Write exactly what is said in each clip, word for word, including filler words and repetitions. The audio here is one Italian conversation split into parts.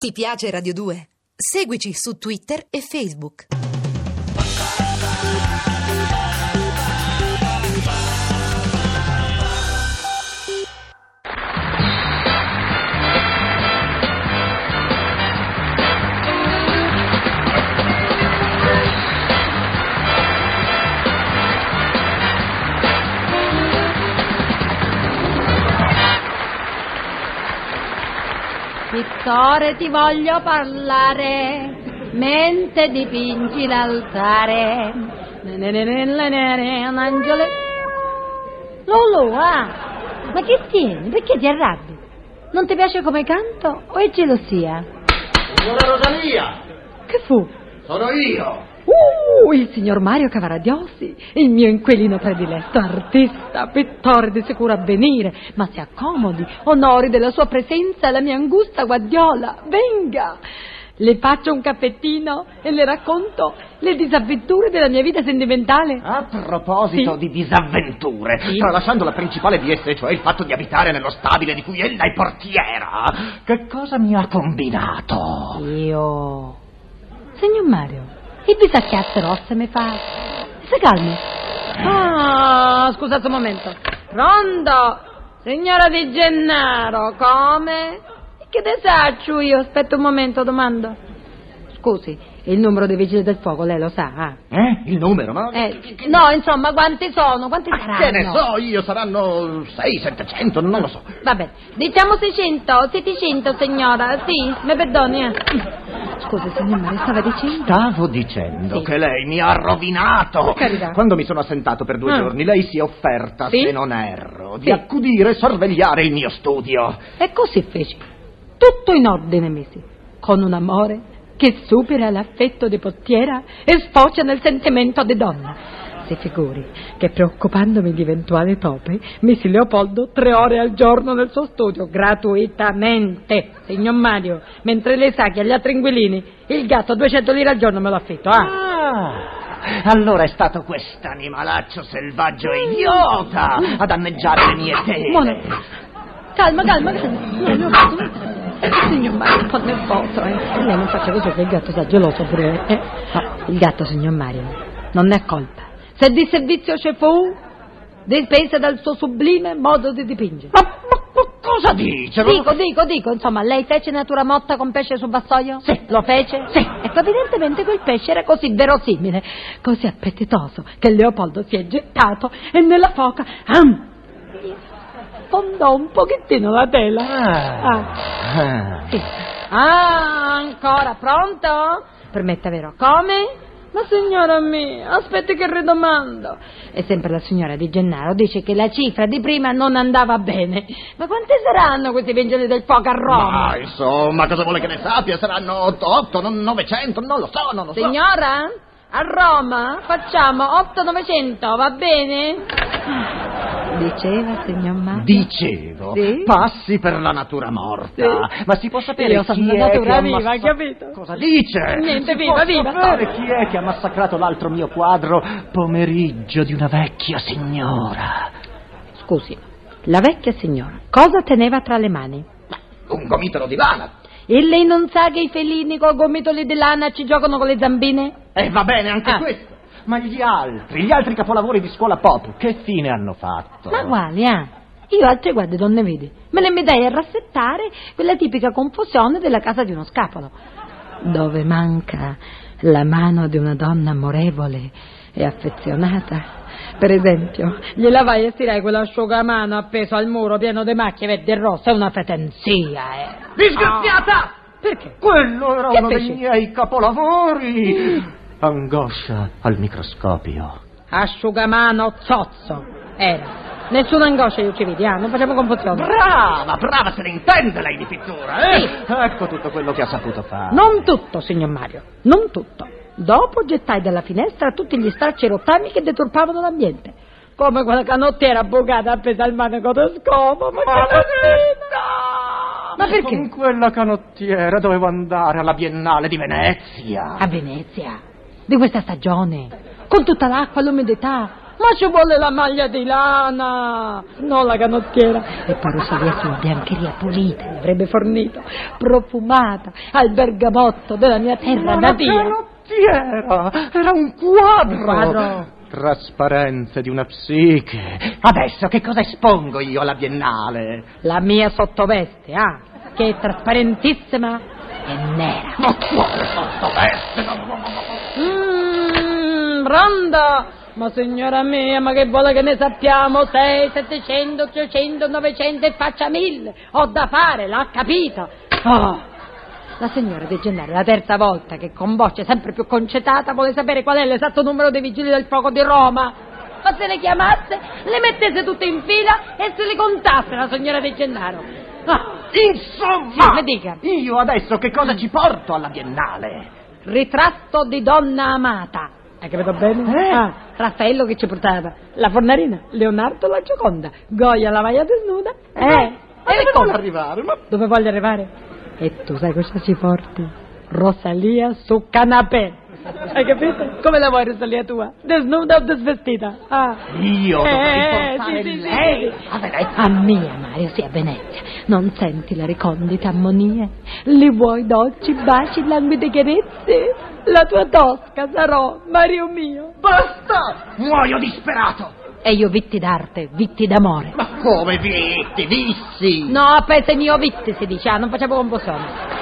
Ti piace Radio due? Seguici su Twitter e Facebook. Pittore, ti voglio parlare, mente dipingi l'altare. Un angelo. Lolo, ah, ma che tieni? Perché ti arrabbi? Non ti piace come canto o è gelosia? Signora Rosalia! Che fu? Sono io! Uh, il signor Mario Cavaradossi, il mio inquilino prediletto, artista, pittore di sicuro avvenire. Ma si accomodi, onori della sua presenza la mia angusta guardiola. Venga, le faccio un caffettino e le racconto le disavventure della mia vita sentimentale. A proposito sì? di disavventure, sì? tralasciando la principale di esse, cioè il fatto di abitare nello stabile di cui ella è portiera, che cosa mi ha combinato? Io... Signor Mario, il bisacchiazzo rosse mi fa... Si calmi. Ah, scusate un momento. Pronto? Signora Di Gennaro, come? Che desaccio io? Aspetta un momento, domando. Scusi, il numero dei vigili del fuoco, lei lo sa? Ah. Eh? Il numero, ma... Eh, no, insomma, quanti sono? Quanti Ma saranno? che ne so io, saranno sei, settecento, non lo so. Va bene, diciamo seicento, settecento, signora, sì, mi perdoni, eh. Scusi, signor Mario, stava dicendo? Stavo dicendo sì. che lei mi ha rovinato. Per carità. Quando mi sono assentato per due ah. giorni, lei si è offerta, sì? se non erro, di sì. accudire e sorvegliare il mio studio. E così feci. Tutto in ordine mesi, con un amore che supera l'affetto di portiera e sfocia nel sentimento di donna. Si figuri che, preoccupandomi di eventuali tope, misi Leopoldo tre ore al giorno nel suo studio, gratuitamente, signor Mario, mentre lei sa che agli altri inquilini il gatto duecento lire al giorno me lo affitto, ah? Ah, allora è stato quest'animalaccio selvaggio e idiota a danneggiare le mie tele. Buona. Calma, calma, calma. No, no, no. Signor Mario, un po' nervoso, eh. Lei non faccia così che il gatto sta geloso pure, eh. No, il gatto, signor Mario, non è colpa. Se di servizio ci fu, dipese dal suo sublime modo di dipingere. Ma, ma, ma cosa dice? Dico, dico, dico, insomma, lei fece natura morta con pesce sul vassoio? Sì. Lo fece? Sì. Ecco, evidentemente quel pesce era così verosimile, così appetitoso, che Leopoldo si è gettato e nella foca, am, fondò un pochettino la tela. Ah. Ah. Sì. Ah, ancora, pronto? Permetta, vero? Come? Ma signora mia, aspetti che ridomando. E sempre la signora Di Gennaro dice che la cifra di prima non andava bene. Ma quanti saranno questi vigili del fuoco a Roma? Ma insomma, cosa vuole che ne sappia? Saranno otto, novecento, non lo so, non lo so. Signora, a Roma facciamo otto novecento, va bene? Diceva, signor Mario? Dicevo, sì? passi per la natura morta. Sì? Ma si può sapere Io chi sono è la natura che ha viva, massa... capito? Cosa dice? Niente, si viva, può viva. sapere chi è che ha massacrato l'altro mio quadro, Pomeriggio di una vecchia signora? Scusi, la vecchia signora cosa teneva tra le mani? Un gomitolo di lana. E lei non sa che i felini con gomitoli di lana ci giocano con le zambine? E eh, va bene anche ah. questo. Ma gli altri, gli altri capolavori di scuola pop, che fine hanno fatto? Ma quali, ah? Io altre guarde non ne vedi. Me le mi dai a rassettare quella tipica confusione della casa di uno scapolo, dove manca la mano di una donna amorevole e affezionata. Per esempio, gliela vai a stirare quell'asciugamano appeso al muro pieno di macchie verde e rosse, è una fetenzia, eh. Disgraziata! Ah. Perché? Quello era che uno fece? dei miei capolavori. Mm. Angoscia al microscopio. Asciugamano zozzo era. Nessuna angoscia io ci vedi, ah, non facciamo confusione. Brava, brava, se ne intende lei di pittura, eh? Sì. Ecco tutto quello che ha saputo fare. Non tutto, signor Mario, non tutto. Dopo gettai dalla finestra tutti gli stracci e rottami che deturpavano l'ambiente. Come quella canottiera bucata appesa al manico da scopo. Ma maledetta! Ma perché? Con quella canottiera dovevo andare alla Biennale di Venezia. A Venezia? Di questa stagione? Con tutta l'acqua, l'umidità? Ma ci vuole la maglia di lana, non la canottiera. E poi Rosalia sua biancheria pulita le avrebbe fornito, profumata, al bergamotto della mia terra natia. La canottiera era un quadro. Un quadro. Trasparenze di una psiche. Adesso che cosa espongo io alla Biennale? La mia sottoveste, ah, che è trasparentissima e nera. Ma quale sottoveste? Mmm, pronto? Ma signora mia, ma che vuole che ne sappiamo? Sei, settecento, ottocento, novecento e faccia mille. Ho da fare, l'ha capito? Oh, la signora De Gennaro, la terza volta che con voce sempre più concetata vuole sapere qual è l'esatto numero dei vigili del fuoco di Roma. Ma se le chiamasse, le mettesse tutte in fila e se le contasse la signora De Gennaro. Oh. Insomma, sì, mi dica. Io adesso che cosa ci porto alla Biennale? Ritratto di donna amata. Hai capito bene? Eh? Ah, Raffaello che ci portava la Fornarina, Leonardo la Gioconda, Goya la Vaia desnuda. Eh, Ma e dove come? vuole arrivare? Ma... Dove voglio arrivare? E tu sai cosa ci porti? Rosalia su canapè. Hai capito? Come la vuoi Rosalia tua? Desnuda o desvestita? Ah. Io dovrei Eh, portare sì, sì, lei sì. a Venezia. A mia Mario, sì, a Venezia. Non senti le ricondite ammonie? Li vuoi dolci baci, languide carezze? La tua tosca sarò, Mario mio. Basta! Muoio disperato! E io vitti d'arte, vitti d'amore. Ma come vitti, vissi? No, a pezzi mio vitti si dice, ah, non facciamo confusione.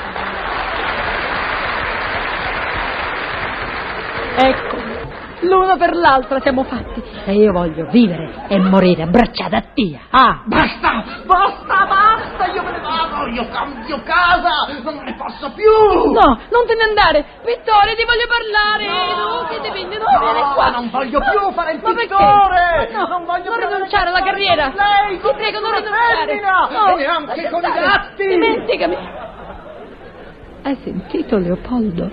Ecco, l'uno per l'altra siamo fatti. E io voglio vivere e morire abbracciata a Tia. Ah, Basta! Basta, basta! Io me ne vado! Io cambio casa! Non ne posso più! no, non te ne andare. Vittorio, ti voglio parlare. No, che ti prendi, no, vieni qua. Non voglio più fare il Ma perché? pittore! No, non voglio non più rinunciare alla carriera. Lei, Ti prego, non rinunciare. femmina! No, E neanche lascia con i stare. gatti! Dimenticami. Hai sentito, Leopoldo?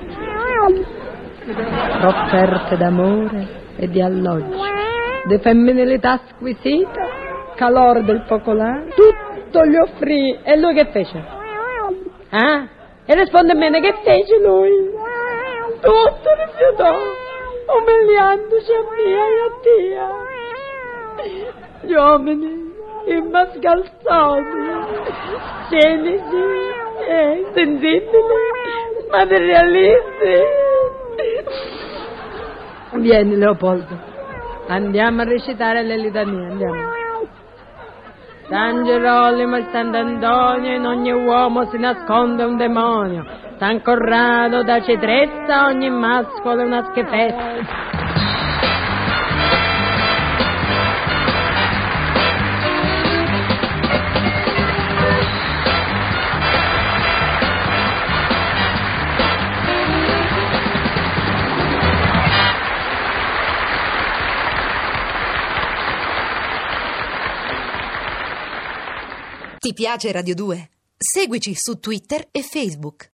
Offerte d'amore e di alloggio, di femminilità squisita, calore del focolare, tutto gli offrì. E lui che fece? Ah? E risponde bene, che fece lui? Tutto rifiutò, umiliandoci a mia e a Tia. Gli uomini, i mascalzosi, cinici, eh, sensibili, materialisti. Vieni Leopoldo, andiamo a recitare le litanie, andiamo. San Gerolimo e Sant'Antonio, in ogni uomo si nasconde un demonio. San Corrado da Citrezza, ogni mascolo è una schifezza. Ti piace Radio due? Seguici su Twitter e Facebook.